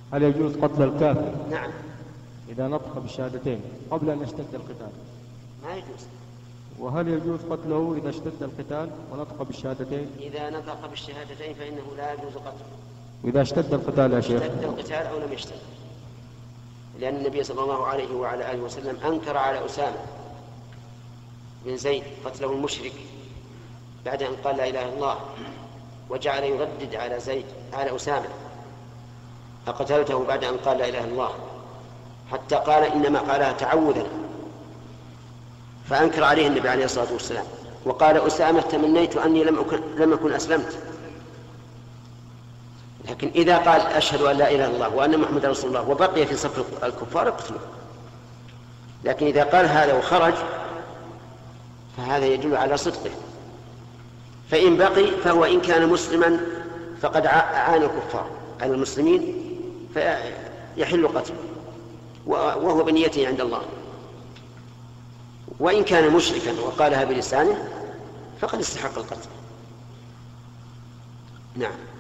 هل يجوز قتل الكافر نعم. إذا نطق بالشهادتين قبل أن يشتد القتال؟ ما يجوز. وهل يجوز قتله إذا اشتد القتال ونطق بالشهادتين؟ إذا نطق بالشهادتين فإنه لا يجوز قتله. وإذا اشتد القتال يا شيخ؟ اشتد القتال أو لم يشتد، لأن النبي صلى الله عليه وعلى آله وسلم أنكر على أسامة بن زيد قتله المشرك بعد أن قال لا إله إلا الله، وجعل يردد على زيد على أسامة أقتلته بعد أن قال لا إله إلا الله، حتى قال إنما قالها تعوذا، فأنكر عليه النبي عليه الصلاة والسلام. وقال أسامة تمنيت أني لم أكن أسلمت. لكن إذا قال أشهد أن لا إله إلا الله وأن محمد رسول الله وبقي في صف الكفار اقتلوه. لكن إذا قال هذا وخرج فهذا يدل على صدقه، فإن بقي فهو إن كان مسلما فقد أعان الكفار على المسلمين فيحل قتله وهو بنيته عند الله، وإن كان مشركا وقالها بلسانه فقد استحق القتل. نعم.